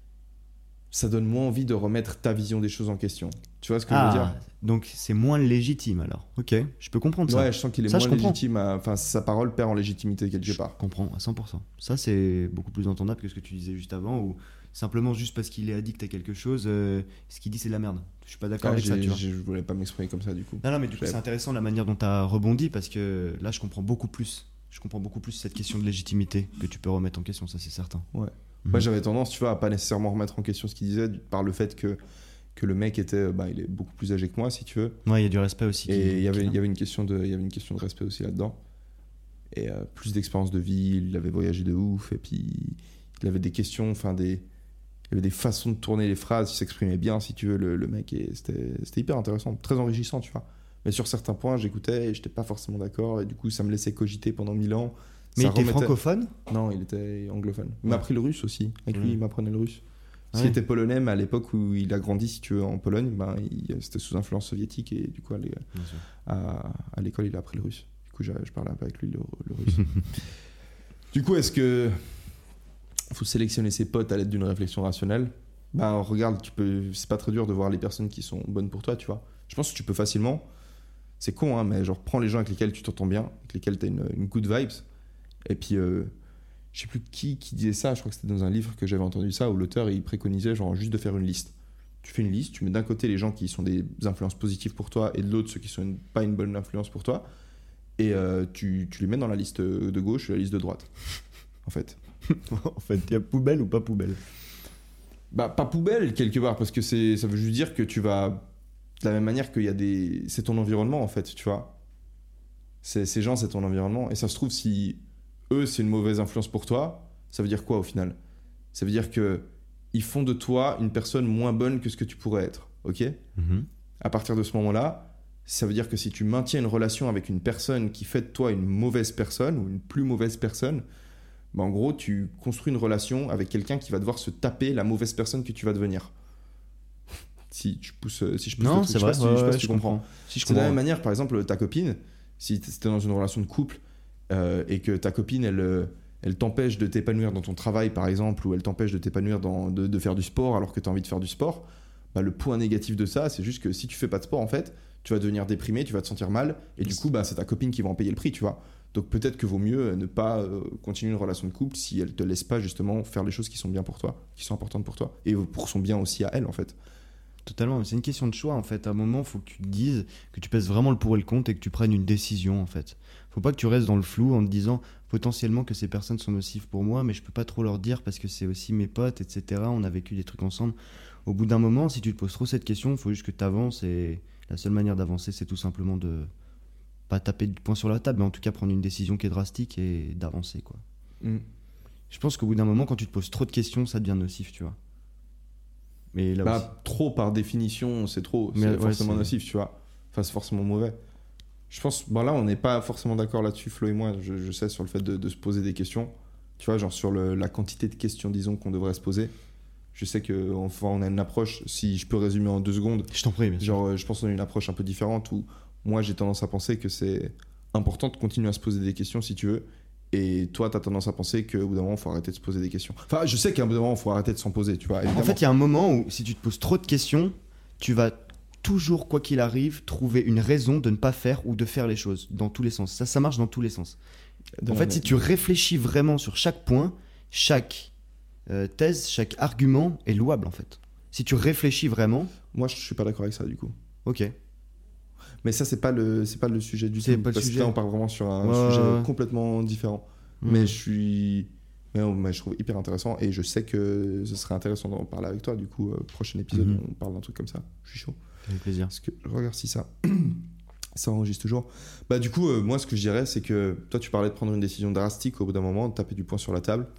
ça donne moins envie de remettre ta vision des choses en question. Tu vois ce que je veux Ah, dire? donc c'est moins légitime alors. Ok, je peux comprendre ça. Ouais, je sens qu'il est Ça, je moins comprends. légitime. à- Enfin, sa parole perd en légitimité quelque Je part. comprends à cent pour cent. Ça, c'est beaucoup plus entendable que ce que tu disais juste avant, où simplement juste parce qu'il est addict à quelque chose, euh, ce qu'il dit c'est de la merde. Je suis pas d'accord Ah, avec ça, j'ai- tu vois. j'ai- je voulais pas m'exprimer comme ça du coup. Non, non, mais du coup, J'avais- c'est intéressant la manière dont tu as rebondi parce que là, je comprends beaucoup plus. Je comprends beaucoup plus cette question de légitimité que tu peux remettre en question, ça c'est certain. Ouais. Mhm. Moi, j'avais tendance, tu vois, à pas nécessairement remettre en question ce qu'il disait par le fait que que le mec était, bah, il est beaucoup plus âgé que moi, si tu veux. Ouais, il y a du respect aussi. qui- Et il y avait, qui- il y avait une question de, il y avait une question de respect aussi là-dedans. Et euh, plus d'expérience de vie, il avait voyagé de ouf, et puis il avait des questions, enfin des, il avait des façons de tourner les phrases, il s'exprimait bien, si tu veux, le, le mec, et c'était, c'était hyper intéressant, très enrichissant, tu vois. Mais sur certains points, j'écoutais et j'étais pas forcément d'accord, et du coup, ça me laissait cogiter pendant mille ans. Mais il Ça était remettait- francophone. Non, il était anglophone. Il m'a Ouais. appris le russe aussi. Avec lui, Ouais. il m'apprenait le russe. Parce Ouais. qu'il était polonais, mais à l'époque où il a grandi, si tu veux, en Pologne, ben, il- c'était sous influence soviétique et du coup, à l'é- Bien sûr. à, à l'école, il a appris le russe. Du coup, j'ai- je parlais un peu avec lui le, le russe. Du coup, est-ce que faut sélectionner ses potes à l'aide d'une réflexion rationnelle? Ben, regarde, tu peux. C'est pas très dur de voir les personnes qui sont bonnes pour toi, tu vois. Je pense que tu peux facilement. C'est con, hein, mais genre, prends les gens avec lesquels tu t'entends bien, avec lesquels tu as une, une good vibes. Et puis, euh, je sais plus qui qui disait ça, je crois que c'était dans un livre que j'avais entendu ça, où l'auteur il préconisait genre juste de faire une liste. Tu fais une liste, tu mets d'un côté les gens qui sont des influences positives pour toi et de l'autre ceux qui sont une- pas une bonne influence pour toi. Et euh, tu, tu les mets dans la liste de gauche et la liste de droite. En fait. En fait, il y a poubelle ou pas poubelle. Bah, pas poubelle quelque part, parce que c'est, ça veut juste dire que tu vas. De la même manière qu'il y a des. C'est ton environnement en fait, tu vois. C'est, ces gens, c'est ton environnement. Et ça se trouve, si eux, c'est une mauvaise influence pour toi, ça veut dire quoi au final? Ça veut dire que ils font de toi une personne moins bonne que ce que tu pourrais être, ok? À partir de ce moment-là, ça veut dire que si tu maintiens une relation avec une personne qui fait de toi une mauvaise personne ou une plus mauvaise personne, bah en gros, tu construis une relation avec quelqu'un qui va devoir se taper la mauvaise personne que tu vas devenir. Si, tu pousses, si je pousse Non, le truc, c'est je sais vrai. pas si tu- ouais, je sais pas ouais, si tu je comprends. comprends. Si je C'est de la comprends. même manière, par exemple, ta copine, si tu es dans une relation de couple euh, et que ta copine, elle, euh, elle t'empêche de t'épanouir dans ton travail, par exemple, ou elle t'empêche de t'épanouir dans, de, de faire du sport alors que tu as envie de faire du sport, bah, le point négatif de ça, c'est juste que si tu fais pas de sport, en fait, tu vas devenir déprimé, tu vas te sentir mal, et du coup, bah, c'est ta copine qui va en payer le prix, tu vois. Donc peut-être que vaut mieux ne pas euh, continuer une relation de couple si elle te laisse pas justement faire les choses qui sont bien pour toi, qui sont importantes pour toi, et pour son bien aussi à elle, en fait. Totalement, c'est une question de choix en fait. À un moment, il faut que tu te dises, que tu pèses vraiment le pour et le contre et que tu prennes une décision en fait. Faut pas que tu restes dans le flou en te disant potentiellement que ces personnes sont nocives pour moi, mais je peux pas trop leur dire parce que c'est aussi mes potes, et cetera. On a vécu des trucs ensemble. Au bout d'un moment, si tu te poses trop cette question, il faut juste que tu avances et la seule manière d'avancer, c'est tout simplement de pas taper du poing sur la table, mais en tout cas prendre une décision qui est drastique et d'avancer quoi. Mm. Je pense qu'au bout d'un moment, quand tu te poses trop de questions, ça devient nocif, tu vois. Mais là aussi. Bah, trop par définition, c'est trop. Mais C'est ouais, forcément c'est- nocif, tu vois. Enfin, c'est forcément mauvais. Je pense, bon là, on n'est pas forcément d'accord là-dessus, Flo et moi. Je, je sais sur le fait de, de se poser des questions. Tu vois, genre sur le- la quantité de questions, disons, qu'on devrait se poser. Je sais qu'on enfin, on a une approche, si je peux résumer en deux secondes, Je t'en prie, bien sûr. genre, euh, je pense qu'on a une approche un peu différente où moi, j'ai tendance à penser que c'est important de continuer à se poser des questions si tu veux. Et toi, tu as tendance à penser qu'au bout d'un moment, il faut arrêter de se poser des questions. Enfin, je sais qu'à un bout d'un moment, il faut arrêter de s'en poser, tu vois. En évidemment. fait, il y a un moment où, si tu te poses trop de questions, tu vas toujours, quoi qu'il arrive, trouver une raison de ne pas faire ou de faire les choses dans tous les sens. Ça, ça marche dans tous les sens. En fait, si tu réfléchis vraiment sur chaque point, chaque euh, thèse, chaque argument est louable, en fait. Si tu réfléchis vraiment, Moi, je suis pas d'accord avec ça, du coup. ok. Mais ça, c'est pas le, c'est pas le sujet du C'est tout. pas le parce sujet. que là, on part vraiment sur un Ouais, sujet ouais, ouais. complètement différent. Mm. Mais je suis, mais, oh, mais je trouve hyper intéressant et je sais que ce serait intéressant d'en parler avec toi. Du coup, euh, prochain épisode, Mhm. on parle d'un truc comme ça. Je suis chaud. Avec plaisir. Parce que je regarde si ça. Ça enregistre toujours. Bah du coup, euh, moi ce que je dirais, c'est que toi tu parlais de prendre une décision drastique au bout d'un moment, de taper du poing sur la table.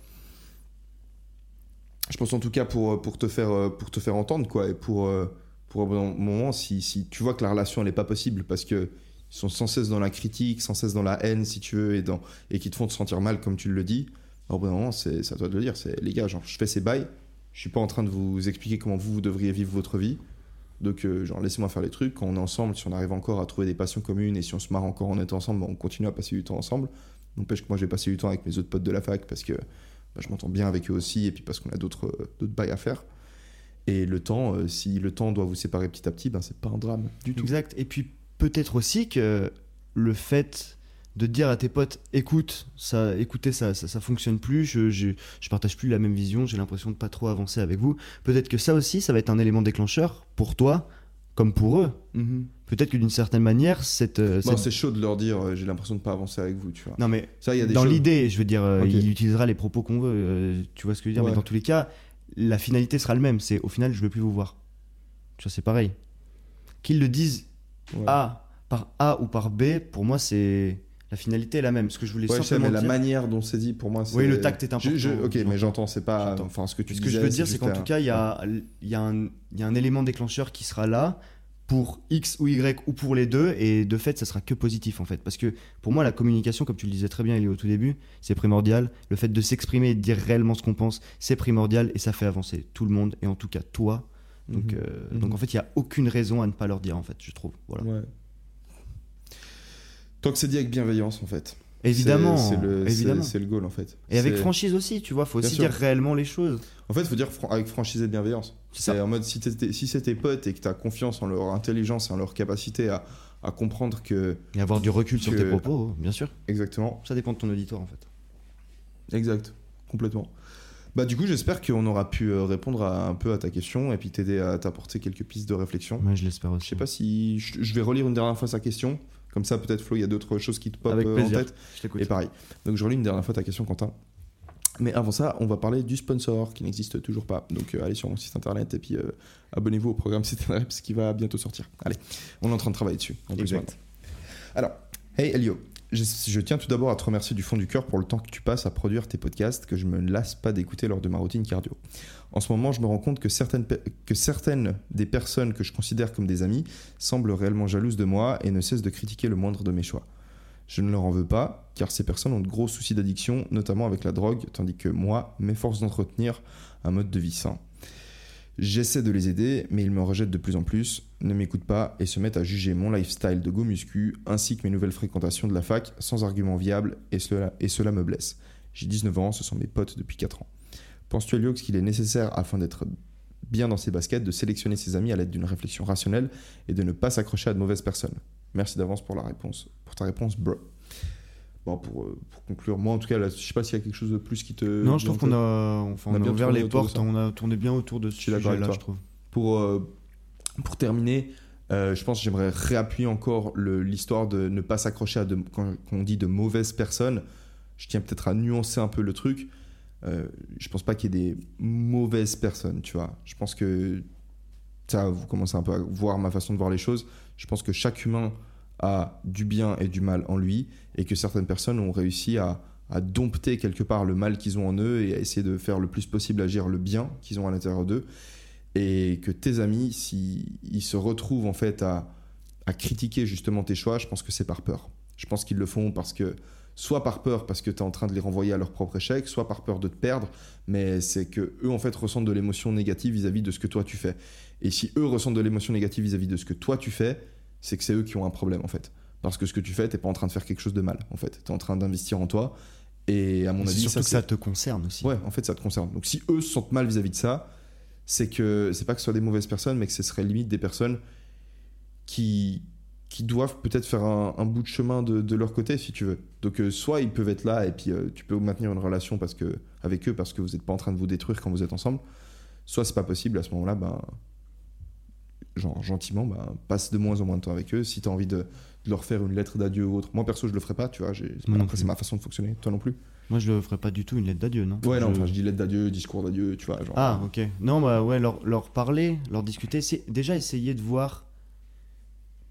Je pense en tout cas pour, pour, te, faire, pour te faire entendre, quoi, et pour, pour un moment, si, si tu vois que la relation elle n'est pas possible parce qu'ils sont sans cesse dans la critique, sans cesse dans la haine, si tu veux, et, dans, et qui te font te sentir mal comme tu le dis, au bout d'un moment, c'est, c'est à toi de le dire. C'est, les gars, genre, je fais ces bails, je suis pas en train de vous expliquer comment vous, vous devriez vivre votre vie. Donc, euh, genre, laissez-moi faire les trucs. Quand on est ensemble, si on arrive encore à trouver des passions communes et si on se marre encore en étant ensemble, bah, on continue à passer du temps ensemble. N'empêche que moi, je vais passer du temps avec mes autres potes de la fac parce que bah, je m'entends bien avec eux aussi et puis parce qu'on a d'autres, euh, d'autres bails à faire. Et le temps, euh, si le temps doit vous séparer petit à petit, ben, c'est pas un drame du tout. Exact. Et puis, peut-être aussi que le fait de dire à tes potes, écoute, ça, écoutez, ça, ça, ça fonctionne plus, je, je, je partage plus la même vision, j'ai l'impression de pas trop avancer avec vous. Peut-être que ça aussi, ça va être un élément déclencheur pour toi, comme pour eux. Mm-hmm. Peut-être que d'une certaine manière, cette, bon, cette... c'est chaud de leur dire, euh, j'ai l'impression de pas avancer avec vous, tu vois. Non mais ça, y a des dans choses... l'idée, je veux dire, euh, okay. il utilisera les propos qu'on veut, euh, tu vois ce que je veux dire. Ouais. Mais dans tous les cas, la finalité sera le même. C'est au final, je veux plus vous voir. Tu vois, c'est pareil. Qu'ils le disent ouais. A par A ou par B, pour moi, c'est la finalité est la même. Ce que je voulais ouais, simplement je sais, mais dire... la manière dont c'est dit, pour moi, c'est... Oui, le tact est important. Je, je, ok, mais j'entends, c'est pas... J'entends. Enfin, ce que tu ce disais... que je veux dire, c'est, c'est qu'en un... tout cas, il y a, il y a un, il y a un élément déclencheur qui sera là pour X ou Y ou pour les deux, et de fait, ça sera que positif, en fait. Parce que, pour moi, la communication, comme tu le disais très bien, Elio, au tout début, c'est primordial. Le fait de s'exprimer et de dire réellement ce qu'on pense, c'est primordial, et ça fait avancer tout le monde, et en tout cas, toi. Donc, mmh. Euh, mmh. donc en fait, il n'y a aucune raison à ne pas leur dire, en fait, je trouve. Voilà. Ouais. Tant que c'est dit avec bienveillance, en fait. Évidemment, c'est, c'est le, évidemment. C'est, c'est le goal, en fait. Et avec c'est... franchise aussi, tu vois, il faut bien aussi sûr. dire réellement les choses. En fait, il faut dire fr- avec franchise et bienveillance. C'est, c'est en mode, si, si c'est tes potes et que tu as confiance en leur intelligence et en leur capacité à, à comprendre que... Et avoir du recul que... sur tes propos, bien sûr. Exactement. Ça dépend de ton auditoire, en fait. Exact, complètement. Bah, du coup, j'espère qu'on aura pu répondre à, un peu à ta question et puis t'aider à t'apporter quelques pistes de réflexion. Ouais, je l'espère aussi. Je sais pas si... Je, je vais relire une dernière fois sa question. Comme ça, peut-être, Flo, il y a d'autres choses qui te popent Avec en tête. Je t'écoute. Et pareil. Donc, je relis une dernière fois ta question, Quentin. Mais avant ça, on va parler du sponsor qui n'existe toujours pas. Donc, euh, allez sur mon site internet et puis euh, abonnez-vous au programme C T N Reps qui va bientôt sortir. Allez, on est en train de travailler dessus. Exact. Alors, hey Elio, je, je tiens tout d'abord à te remercier du fond du cœur pour le temps que tu passes à produire tes podcasts que je me lasse pas d'écouter lors de ma routine cardio. En ce moment, je me rends compte que certaines, que certaines des personnes que je considère comme des amis semblent réellement jalouses de moi et ne cessent de critiquer le moindre de mes choix. Je ne leur en veux pas, car ces personnes ont de gros soucis d'addiction, notamment avec la drogue, tandis que moi, m'efforce d'entretenir un mode de vie sain. J'essaie de les aider, mais ils me rejettent de plus en plus, ne m'écoutent pas et se mettent à juger mon lifestyle de go muscu, ainsi que mes nouvelles fréquentations de la fac, sans argument viable, et cela, et cela me blesse. J'ai dix-neuf ans, ce sont mes potes depuis quatre ans. Penses-tu, Elio, qu'il est nécessaire, afin d'être bien dans ses baskets, de sélectionner ses amis à l'aide d'une réflexion rationnelle et de ne pas s'accrocher à de mauvaises personnes ? Merci d'avance pour la réponse, pour ta réponse, bro. Bon, pour, pour conclure, moi en tout cas, là, je sais pas s'il y a quelque chose de plus qui te... Non, je trouve qu'on a, enfin, on a, on a ouvert les portes, on a tourné bien autour de ce sujet-là, je trouve. Pour, euh, pour terminer, euh, je pense que j'aimerais réappuyer encore le, l'histoire de ne pas s'accrocher à de, quand, quand on dit de mauvaises personnes. Je tiens peut-être à nuancer un peu le truc. Euh, je pense pas qu'il y ait des mauvaises personnes, tu vois. Je pense que ça, vous commencez un peu à voir ma façon de voir les choses. Je pense que chaque humain a du bien et du mal en lui et que certaines personnes ont réussi à, à dompter quelque part le mal qu'ils ont en eux et à essayer de faire le plus possible agir le bien qu'ils ont à l'intérieur d'eux, et que tes amis, s'ils se retrouvent en fait à, à critiquer justement tes choix, je pense que c'est par peur. Je pense qu'ils le font parce que soit par peur parce que tu es en train de les renvoyer à leur propre échec, soit par peur de te perdre, mais c'est que eux en fait ressentent de l'émotion négative vis-à-vis de ce que toi tu fais. Et si eux ressentent de l'émotion négative vis-à-vis de ce que toi tu fais, c'est que c'est eux qui ont un problème en fait. Parce que ce que tu fais, t'es pas en train de faire quelque chose de mal en fait. T'es en train d'investir en toi. Et à mon c'est avis, surtout ça, que ça te concerne aussi. Ouais, en fait, ça te concerne. Donc si eux se sentent mal vis-à-vis de ça, c'est que c'est pas que ce soit des mauvaises personnes, mais que ce serait limite des personnes qui qui doivent peut-être faire un, un bout de chemin de, de leur côté, si tu veux. Donc euh, soit ils peuvent être là et puis euh, tu peux maintenir une relation parce que avec eux parce que vous n'êtes pas en train de vous détruire quand vous êtes ensemble. Soit c'est pas possible. À ce moment-là, ben genre gentiment, ben, passe de moins en moins de temps avec eux. Si tu as envie de, de leur faire une lettre d'adieu ou autre, moi perso je le ferai pas, tu vois. J'ai... Après c'est ma façon de fonctionner. Toi non plus. Moi je le ferai pas du tout une lettre d'adieu, non. Ouais, non, je... enfin je dis lettre d'adieu, discours d'adieu, tu vois. Genre, ah ok. Non bah ouais, leur, leur parler, leur discuter, c'est déjà essayer de voir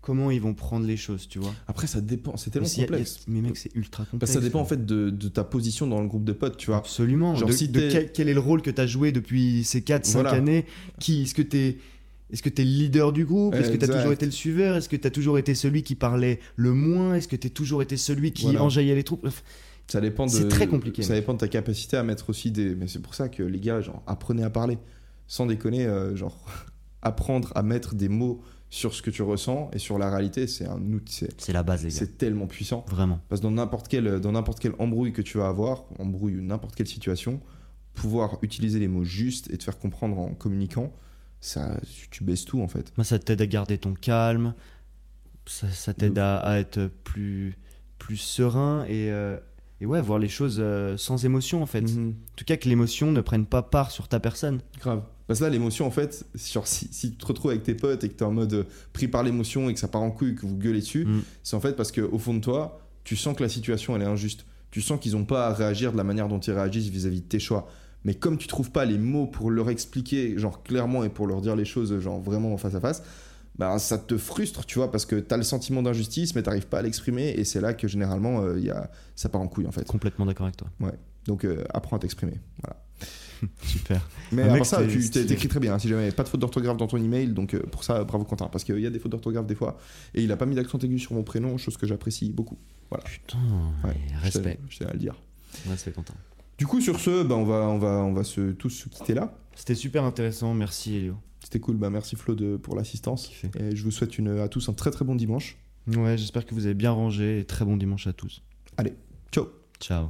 comment ils vont prendre les choses, tu vois. Après, ça dépend, c'est tellement Mais, y a- complexe. y a- mais mec, c'est ultra complexe. Parce que ça dépend en fait de, de ta position dans le groupe de potes, tu vois. Absolument. Genre, de, si de t'es- quel, quel est le rôle que tu as joué depuis ces quatre cinq Voilà. années. Qui, est-ce que tu es Est-ce que tu es le leader du groupe? Est-ce que tu as Exact. toujours été le suiveur? Est-ce que tu as toujours été celui qui parlait le moins? Est-ce que tu as toujours été celui qui Voilà. enjaillait les troupes? Bref, Ça dépend de. C'est très compliqué, Ça mec. dépend de ta capacité à mettre aussi des. Mais c'est pour ça que les gars, genre, apprenez à parler. Sans déconner, euh, genre, apprendre à mettre des mots sur ce que tu ressens et sur la réalité, c'est un outil. C'est, c'est la base, les gars. c'est tellement puissant. Vraiment. Parce que dans n'importe quelle, dans n'importe quelle embrouille que tu vas avoir, embrouille ou n'importe quelle situation, pouvoir utiliser les mots justes et te faire comprendre en communiquant, ça, tu, tu baisses tout en fait. Moi, ça t'aide à garder ton calme. Ça, ça t'aide à, à être plus, plus serein et, euh, et ouais, voir les choses euh, sans émotion, en fait. Mhm. En tout cas, que l'émotion ne prenne pas part sur ta personne. Grave. Parce que là, l'émotion, en fait, sur, si, si tu te retrouves avec tes potes et que tu es en mode euh, pris par l'émotion et que ça part en couille et que vous gueulez dessus, Mm. c'est en fait parce qu'au fond de toi, tu sens que la situation, elle est injuste. Tu sens qu'ils n'ont pas à réagir de la manière dont ils réagissent vis-à-vis de tes choix. Mais comme tu trouves pas les mots pour leur expliquer, genre clairement, et pour leur dire les choses, genre vraiment face à face, bah, ça te frustre, tu vois, parce que tu as le sentiment d'injustice, mais tu n'arrives pas à l'exprimer. Et c'est là que généralement, euh, y a... ça part en couille, en fait. Complètement d'accord avec toi. Donc, euh, apprends à t'exprimer. Voilà. Super. Mais Un à mec, part ça, c'est tu stylé. t'écris très bien. hein, si jamais pas de faute d'orthographe dans ton email, donc euh, pour ça, bravo Quentin. Parce qu'il y a des fautes d'orthographe des fois. Et il a pas mis d'accent aigu sur mon prénom, chose que j'apprécie beaucoup. Putain, Ouais, mais je respect. tenais- Je tenais à le dire. Respect, Quentin. Du coup, sur ce, bah, on va, on va, on va se, tous se quitter là. C'était super intéressant. Merci, Elio. C'était cool. Bah, merci Flo de, pour l'assistance. Kiffé. Et je vous souhaite une, à tous un très très bon dimanche. Ouais, j'espère que vous avez bien rangé et très bon dimanche à tous. Allez, ciao. Ciao.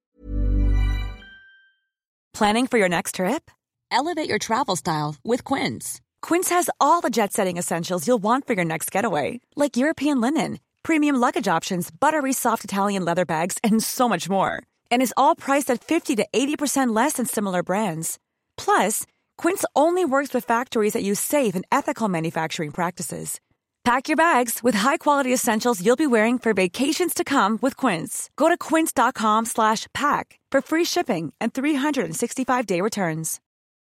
Planning for your next trip? Elevate your travel style with Quince. Quince has all the jet-setting essentials you'll want for your next getaway, like European linen, premium luggage options, buttery soft Italian leather bags, and so much more. And is all priced at fifty to eighty percent less than similar brands. Plus, Quince only works with factories that use safe and ethical manufacturing practices. Pack your bags with high-quality essentials you'll be wearing for vacations to come with Quince. Go to quince.com slash pack for free shipping and three sixty-five day returns.